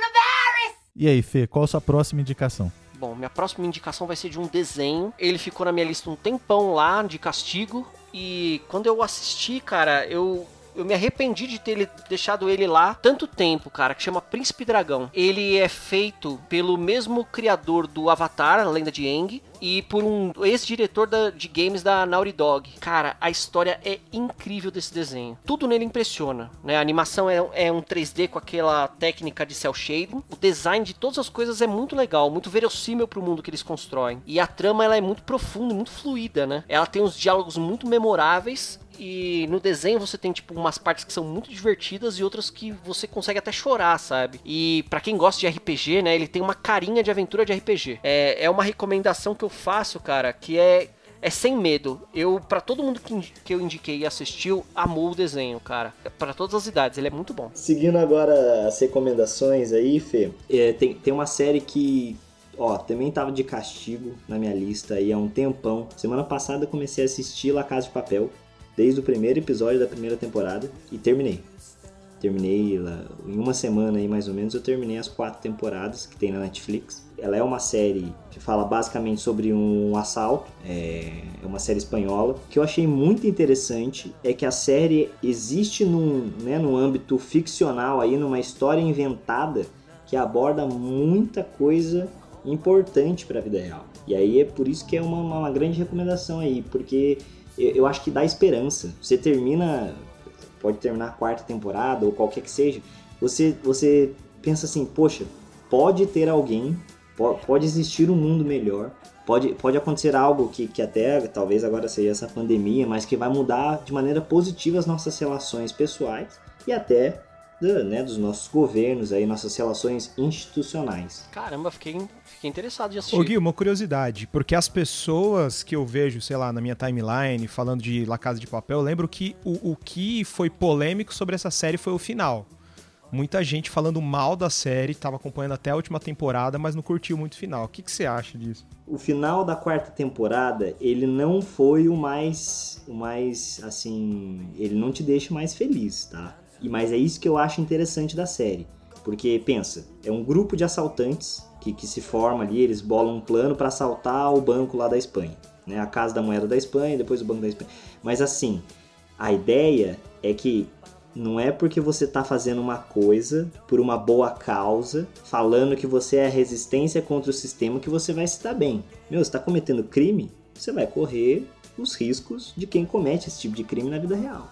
E aí, Fê, qual a sua próxima indicação? Bom, minha próxima indicação vai ser de um desenho. Ele ficou na minha lista um tempão lá, de castigo. E quando eu assisti, cara, eu... Eu me arrependi de ter deixado ele lá tanto tempo, cara, que chama Príncipe Dragão. Ele é feito pelo mesmo criador do Avatar, a Lenda de Aang, e por um ex-diretor da, de games da Naughty Dog. Cara, a história é incrível desse desenho. Tudo nele impressiona, né? A animação é, é um três D com aquela técnica de cel shading. O design de todas as coisas é muito legal, muito verossímil pro mundo que eles constroem. E a trama, ela é muito profunda, muito fluida, né? Ela tem uns diálogos muito memoráveis. E no desenho você tem, tipo, umas partes que são muito divertidas e outras que você consegue até chorar, sabe? E pra quem gosta de R P G, né, ele tem uma carinha de aventura de R P G. É, é uma recomendação que eu faço, cara, que é... É sem medo. Eu, pra todo mundo que, que eu indiquei e assistiu, amou o desenho, cara. Pra todas as idades, ele é muito bom. Seguindo agora as recomendações aí, Fê, é, tem, tem uma série que... Ó, também tava de castigo na minha lista aí há um tempão. Semana passada eu comecei a assistir La Casa de Papel, desde o primeiro episódio da primeira temporada, e terminei. Terminei lá, em uma semana aí mais ou menos, eu terminei as quatro temporadas que tem na Netflix. Ela é uma série que fala basicamente sobre um assalto, é uma série espanhola. O que eu achei muito interessante é que a série existe num, né, num âmbito ficcional, aí, numa história inventada que aborda muita coisa importante para a vida real. E aí é por isso que é uma, uma grande recomendação aí, porque eu, eu acho que dá esperança. Você termina, pode terminar a quarta temporada ou qualquer que seja, você, você pensa assim, poxa, pode ter alguém, pode, pode existir um mundo melhor, pode, pode acontecer algo que, que até talvez agora seja essa pandemia, mas que vai mudar de maneira positiva as nossas relações pessoais e até do, né, dos nossos governos, aí, nossas relações institucionais. Caramba, fiquei, fiquei interessado de assistir. Ô Gui, uma curiosidade, porque as pessoas que eu vejo, sei lá, na minha timeline, falando de La Casa de Papel, eu lembro que o, o que foi polêmico sobre essa série foi o final. Muita gente falando mal da série, estava acompanhando até a última temporada, mas não curtiu muito o final. O que, que você acha disso? O final da quarta temporada, ele não foi o mais, o mais, assim, ele não te deixa mais feliz, tá? E, mas é isso que eu acho interessante da série. Porque, pensa, é um grupo de assaltantes que, que se forma ali, eles bolam um plano para assaltar o banco lá da Espanha. Né? A Casa da Moeda da Espanha, depois o Banco da Espanha. Mas assim, a ideia é que não é porque você tá fazendo uma coisa por uma boa causa, falando que você é a resistência contra o sistema, que você vai se dar bem. Meu, você tá cometendo crime, você vai correr os riscos de quem comete esse tipo de crime na vida real.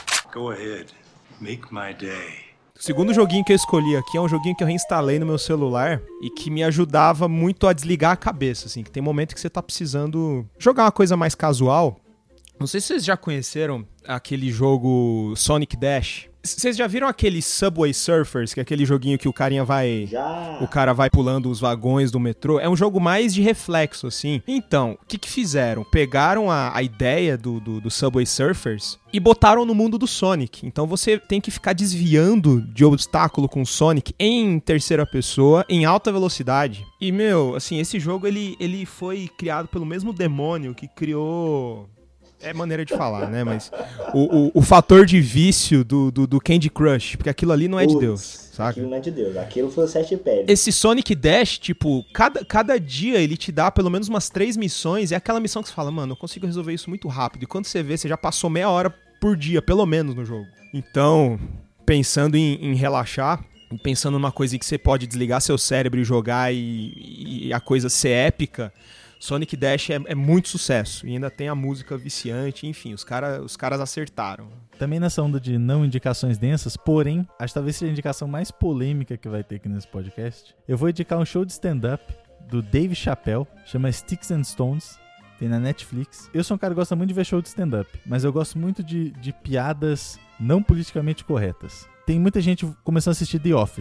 Go ahead. Make my day. O segundo joguinho que eu escolhi aqui é um joguinho que eu reinstalei no meu celular e que me ajudava muito a desligar a cabeça, assim, que tem momento que você tá precisando jogar uma coisa mais casual. Não sei se vocês já conheceram aquele jogo Sonic Dash. Vocês já viram aquele Subway Surfers, que é aquele joguinho que o carinha vai... Já. O cara vai pulando os vagões do metrô? É um jogo mais de reflexo, assim. Então, o que que fizeram? Pegaram a, a ideia do, do, do Subway Surfers e botaram no mundo do Sonic. Então você tem que ficar desviando de obstáculo com o Sonic em terceira pessoa, em alta velocidade. E, meu, assim, esse jogo ele, ele foi criado pelo mesmo demônio que criou... É maneira de falar, né? Mas o, o, o fator de vício do, do, do Candy Crush, porque aquilo ali não é de Deus, saca? Aquilo não é de Deus, aquilo foi o Sete Peles. Esse Sonic Dash, tipo, cada, cada dia ele te dá pelo menos umas três missões, e é aquela missão que você fala, mano, eu consigo resolver isso muito rápido. E quando você vê, você já passou meia hora por dia, pelo menos, no jogo. Então, pensando em, em relaxar, pensando numa coisa que você pode desligar seu cérebro e jogar e, e a coisa ser épica... Sonic Dash é, é muito sucesso. E ainda tem a música viciante, enfim, os, cara, os caras acertaram. Também nessa onda de não indicações densas, porém, acho que talvez seja a indicação mais polêmica que vai ter aqui nesse podcast. Eu vou indicar um show de stand-up do Dave Chappelle, chama Sticks and Stones, tem na Netflix. Eu sou um cara que gosta muito de ver show de stand-up, mas eu gosto muito de, de piadas não politicamente corretas. Tem muita gente começando a assistir The Office.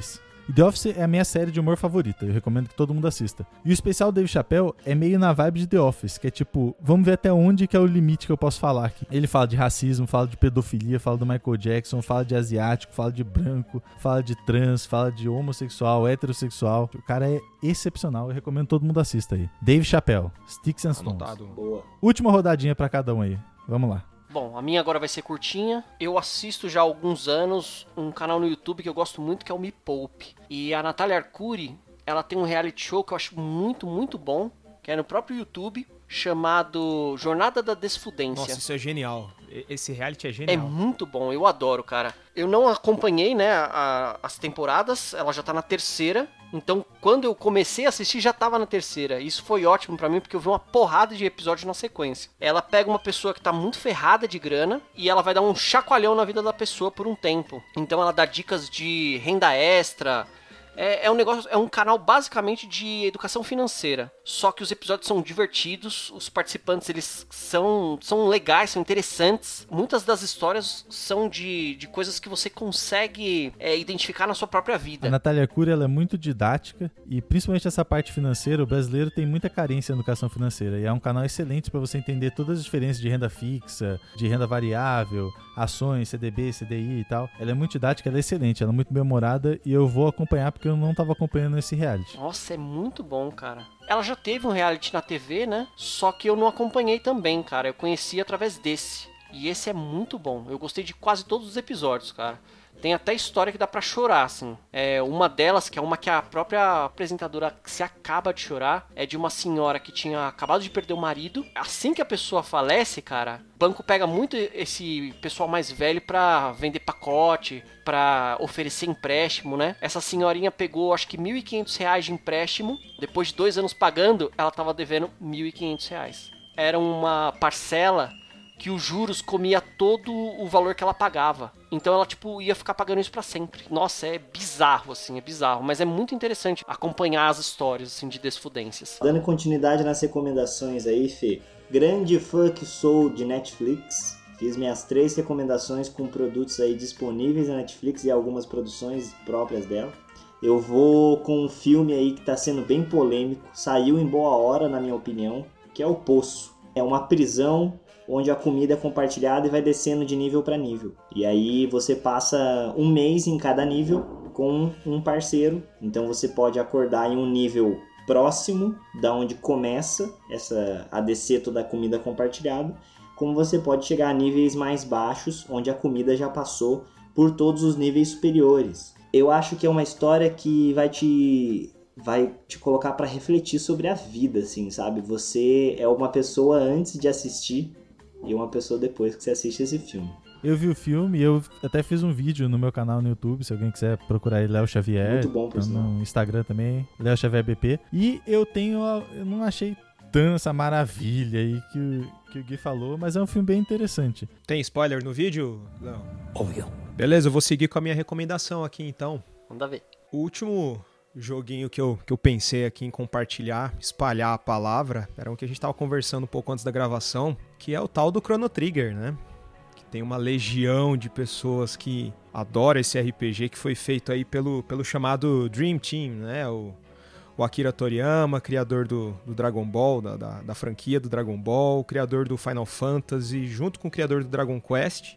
E The Office é a minha série de humor favorita, eu recomendo que todo mundo assista. E o especial Dave Chappelle é meio na vibe de The Office, que é tipo, vamos ver até onde que é o limite que eu posso falar aqui. Ele fala de racismo, fala de pedofilia, fala do Michael Jackson, fala de asiático, fala de branco, fala de trans, fala de homossexual, heterossexual. O cara é excepcional, eu recomendo que todo mundo assista aí. Dave Chappelle, Sticks and Stones. Anotado. Boa. Última rodadinha pra cada um aí, vamos lá. Bom, a minha agora vai ser curtinha. Eu assisto já há alguns anos um canal no YouTube que eu gosto muito, que é o Me Poupe. E a Natália Arcuri, ela tem um reality show que eu acho muito, muito bom, que é no próprio YouTube, chamado Jornada da Desfudência. Nossa, isso é genial. Esse reality é É genial. muito bom, eu adoro, cara. Eu não acompanhei, né, a- as temporadas, ela já tá na terceira. Então, quando eu comecei a assistir, já tava na terceira. Isso foi ótimo pra mim, porque eu vi uma porrada de episódios na sequência. Ela pega uma pessoa que tá muito ferrada de grana e ela vai dar um chacoalhão na vida da pessoa por um tempo. Então, ela dá dicas de renda extra. É, é um negócio, é um canal basicamente de educação financeira. Só que os episódios são divertidos, os participantes eles são, são legais, são interessantes. Muitas das histórias são de, de coisas que você consegue é, identificar na sua própria A vida. Natália Arcuri, ela é muito didática e principalmente essa parte financeira, o brasileiro tem muita carência em educação financeira e é um canal excelente para você entender todas as diferenças de renda fixa, de renda variável, ações, C D B, C D I e tal. Ela é muito didática, ela é excelente, ela é muito bem-humorada e eu vou acompanhar porque eu não estava acompanhando esse reality. Nossa, é muito bom, cara. Ela já teve um reality na T V, né? Só que eu não acompanhei também, cara. Eu conheci através desse. E esse é muito bom. Eu gostei de quase todos os episódios, cara. Tem até história que dá pra chorar, assim. É, uma delas, que é uma que a própria apresentadora se acaba de chorar, é de uma senhora que tinha acabado de perder o marido. Assim que a pessoa falece, cara, o banco pega muito esse pessoal mais velho pra vender pacote, pra oferecer empréstimo, né? Essa senhorinha pegou, acho que mil e quinhentos reais de empréstimo. Depois de dois anos pagando, ela tava devendo mil e quinhentos reais. Era uma parcela que os juros comia todo o valor que ela pagava. Então ela, tipo, ia ficar pagando isso pra sempre. Nossa, é bizarro, assim, é bizarro. Mas é muito interessante acompanhar as histórias, assim, de desfudências. Dando continuidade nas recomendações aí, Fê. Grande fã que sou de Netflix. Fiz minhas três recomendações com produtos aí disponíveis na Netflix e algumas produções próprias dela. Eu vou com um filme aí que tá sendo bem polêmico. Saiu em boa hora, na minha opinião, que é O Poço. É uma prisão onde a comida é compartilhada e vai descendo de nível para nível. E aí você passa um mês em cada nível com um parceiro. Então você pode acordar em um nível próximo da onde começa essa, a descer toda a comida compartilhada, como você pode chegar a níveis mais baixos, onde a comida já passou por todos os níveis superiores. Eu acho que é uma história que vai te... vai te colocar para refletir sobre a vida, assim, sabe? Você é uma pessoa antes de assistir e uma pessoa depois que você assiste esse filme. Eu vi o filme e eu até fiz um vídeo no meu canal no YouTube, se alguém quiser procurar aí, Léo Xavier. Muito bom, por sinal. No Instagram também, Léo Xavier B P. E eu tenho, eu não achei tão essa maravilha aí que o, que o Gui falou, mas é um filme bem interessante. Tem spoiler no vídeo? Não. Óbvio. Beleza, eu vou seguir com a minha recomendação aqui então. Manda ver. O último joguinho que eu, que eu pensei aqui em compartilhar, espalhar a palavra, era um que a gente tava conversando um pouco antes da gravação, que é o tal do Chrono Trigger, né? Que tem uma legião de pessoas que adoram esse R P G que foi feito aí pelo, pelo chamado Dream Team, né? O, o Akira Toriyama, criador do, do Dragon Ball, da, da, da franquia do Dragon Ball, criador do Final Fantasy, junto com o criador do Dragon Quest.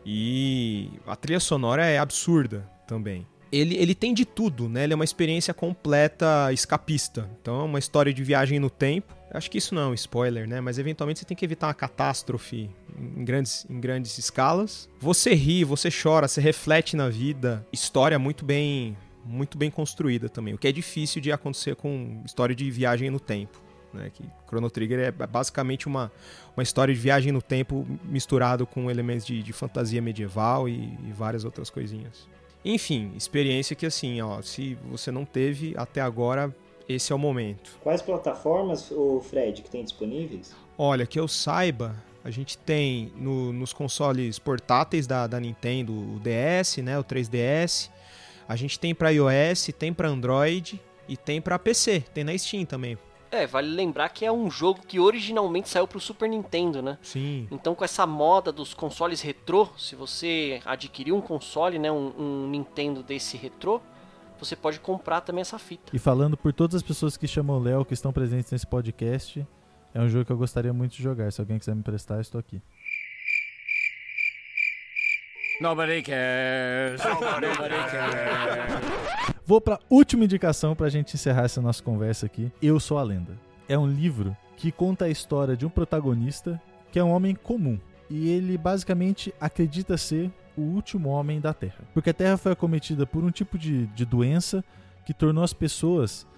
E a trilha sonora é absurda também. Ele, ele tem de tudo, né? Ele é uma experiência completa escapista. Então é uma história de viagem no tempo. Acho que isso não é um spoiler, né? Mas eventualmente você tem que evitar uma catástrofe em grandes, em grandes escalas. Você ri, você chora, você reflete na vida. História muito bem, muito bem construída também. O que é difícil de acontecer com história de viagem no tempo, né? Que Chrono Trigger é basicamente uma, uma história de viagem no tempo misturado com elementos de, de fantasia medieval e, e várias outras coisinhas. Enfim, experiência que assim, ó, se você não teve até agora, esse é o momento. Quais plataformas, o Fred, que tem disponíveis? Olha, que eu saiba, a gente tem no, nos consoles portáteis da, da Nintendo o D S, né, o três D S. A gente tem para iOS, tem para Android e tem para P C, tem na Steam também. É, vale lembrar que é um jogo que originalmente saiu pro Super Nintendo, né? Sim. Então com essa moda dos consoles retrô, se você adquirir um console, né, um, um Nintendo desse retrô, você pode comprar também essa fita. E falando por todas as pessoas que chamam o Léo, que estão presentes nesse podcast, é um jogo que eu gostaria muito de jogar. Se alguém quiser me emprestar, eu estou aqui. Nobody cares. Nobody cares. Vou para última indicação para a gente encerrar essa nossa conversa aqui. Eu Sou a Lenda. É um livro que conta a história de um protagonista que é um homem comum. E ele basicamente acredita ser o último homem da Terra. Porque a Terra foi acometida por um tipo de, de doença que tornou as pessoas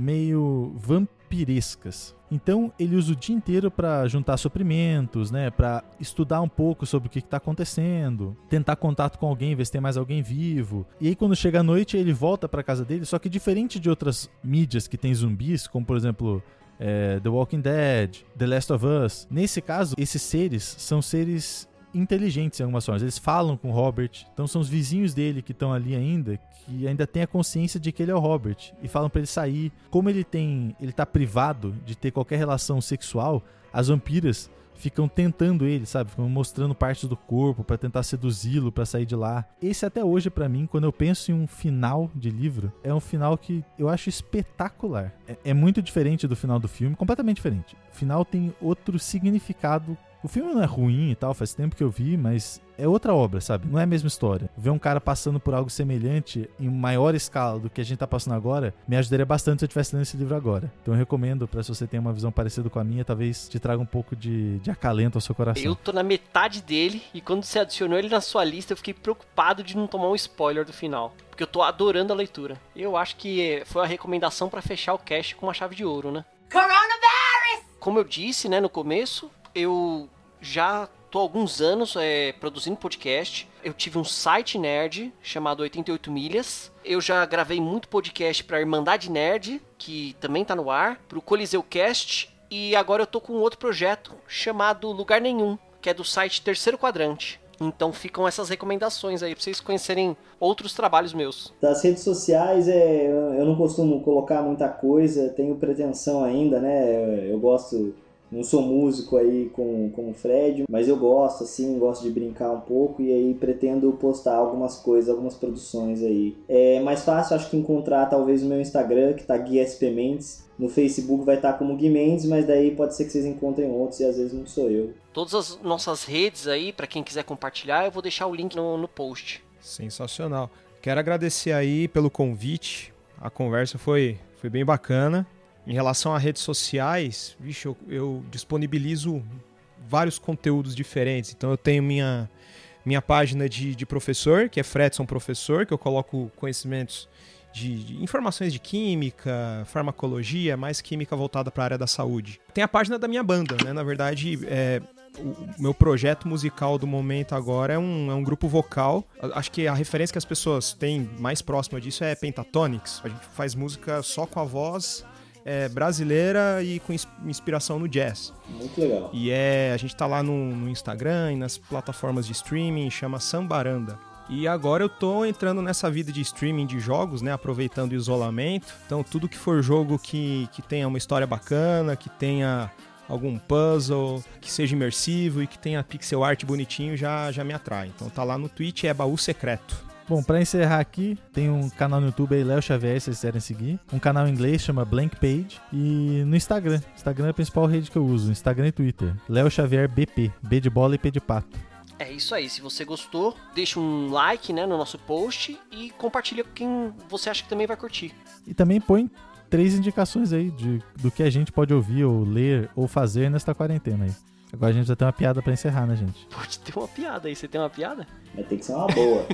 meio vampirescas. Então ele usa o dia inteiro para juntar suprimentos, né, para estudar um pouco sobre o que está acontecendo, tentar contato com alguém, ver se tem mais alguém vivo. E aí quando chega a noite ele volta para casa dele, só que diferente de outras mídias que tem zumbis, como por exemplo é, The Walking Dead, The Last of Us, nesse caso esses seres são seres inteligentes em algumas formas. Eles falam com o Robert, então são os vizinhos dele que estão ali ainda, que ainda tem a consciência de que ele é o Robert, e falam pra ele sair. Como ele tem, ele tá privado de ter qualquer relação sexual, as vampiras ficam tentando ele, sabe? Ficam mostrando partes do corpo pra tentar seduzi-lo, pra sair de lá. Esse até hoje pra mim, quando eu penso em um final de livro, é um final que eu acho espetacular. É, é muito diferente do final do filme, completamente diferente. O final tem outro significado. O filme não é ruim e tal, faz tempo que eu vi, mas é outra obra, sabe? Não é a mesma história. Ver um cara passando por algo semelhante em maior escala do que a gente tá passando agora, me ajudaria bastante se eu estivesse lendo esse livro agora. Então eu recomendo, pra se você tem uma visão parecida com a minha, talvez te traga um pouco de, de acalento ao seu coração. Eu tô na metade dele, e quando você adicionou ele na sua lista, eu fiquei preocupado de não tomar um spoiler do final. Porque eu tô adorando a leitura. Eu acho que foi a recomendação pra fechar o cast com uma chave de ouro, né? Coronavirus! Como eu disse, né, no começo, eu já tô há alguns anos é, produzindo podcast. Eu tive um site nerd chamado oitenta e oito milhas. Eu já gravei muito podcast pra Irmandade Nerd, que também tá no ar, pro Coliseu Cast, e agora eu tô com um outro projeto chamado Lugar Nenhum, que é do site Terceiro Quadrante. Então ficam essas recomendações aí pra vocês conhecerem outros trabalhos meus. Das redes sociais, é, eu não costumo colocar muita coisa, tenho pretensão ainda, né? Eu gosto... Não sou músico aí como, como o Fred, mas eu gosto, assim, gosto de brincar um pouco e aí pretendo postar algumas coisas, algumas produções aí. É mais fácil, acho que encontrar talvez o meu Instagram, que tá Gui S P Mendes. No Facebook vai estar como Gui Mendes, mas daí pode ser que vocês encontrem outros e às vezes não sou eu. Todas as nossas redes aí, pra quem quiser compartilhar, eu vou deixar o link no, no post. Sensacional. Quero agradecer aí pelo convite, a conversa foi, foi bem bacana. Em relação a redes sociais, vixe, eu, eu disponibilizo vários conteúdos diferentes. Então eu tenho minha, minha página de, de professor, que é Fredson Professor, que eu coloco conhecimentos de, de informações de química, farmacologia, mais química voltada para a área da saúde. Tem a página da minha banda, né? Na verdade, é, o meu projeto musical do momento agora é um, é um grupo vocal. Acho que a referência que as pessoas têm mais próxima disso é Pentatonix. A gente faz música só com a voz... É, brasileira e com inspiração no jazz. Muito legal. E é, a gente tá lá no, no Instagram e nas plataformas de streaming, chama Sambaranda. E agora eu tô entrando nessa vida de streaming de jogos, né, aproveitando o isolamento. Então tudo que for jogo que, que tenha uma história bacana, que tenha algum puzzle, que seja imersivo e que tenha pixel art bonitinho, já, já me atrai. Então tá lá no Twitch, é Baú Secreto. Bom, pra encerrar aqui, tem um canal no YouTube aí, Léo Xavier, se vocês quiserem seguir. Um canal em inglês, chama Blank Page. E no Instagram. Instagram é a principal rede que eu uso. Instagram e Twitter. Léo Xavier B P. B de bola e P de pato. É isso aí. Se você gostou, deixa um like, né, no nosso post e compartilha com quem você acha que também vai curtir. E também põe três indicações aí de, do que a gente pode ouvir ou ler ou fazer nesta quarentena aí. Agora a gente já tem uma piada pra encerrar, né, gente? Pode ter uma piada aí. Você tem uma piada? Mas tem que ser uma boa.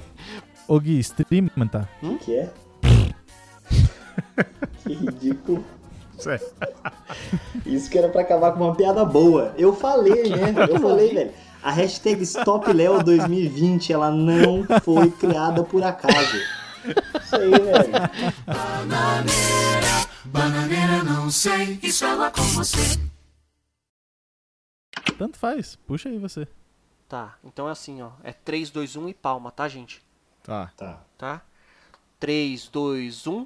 Ô Gui, stream, tá? O hum? que é? Que ridículo. Sério. Isso que era pra acabar com uma piada boa. Eu falei, né? Eu falei, velho. A hashtag StopLeo dois mil e vinte, ela não foi criada por acaso. Isso aí, velho. Bananeira, bananeira, não sei, isso ela com você. Tanto faz, puxa aí você. Tá, então é assim, ó. É três, dois, um e palma, tá, gente? Tá. Tá. Tá? três, dois, um.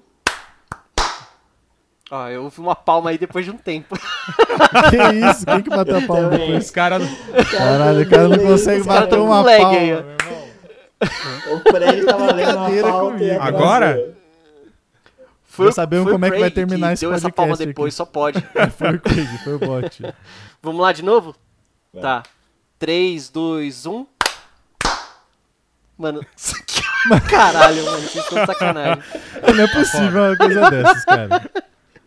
Ó, eu ouvi uma palma aí depois de um tempo. Que isso? Quem que bateu a palma depois? Os caras... Caralho, o cara não consegue bater uma palma, aí, meu irmão. O Fred tava lendo uma pauta e Agora? Foi, Já sabemos foi como o é que vai Craig terminar que esse deu podcast essa palma aqui. depois, só pode. Foi o Craig, foi o bot. Vamos lá de novo? Vai. Tá. três, dois, um. Mano, isso aqui... Caralho, mano, vocês estão de sacanagem. Não é possível uma coisa dessas, cara.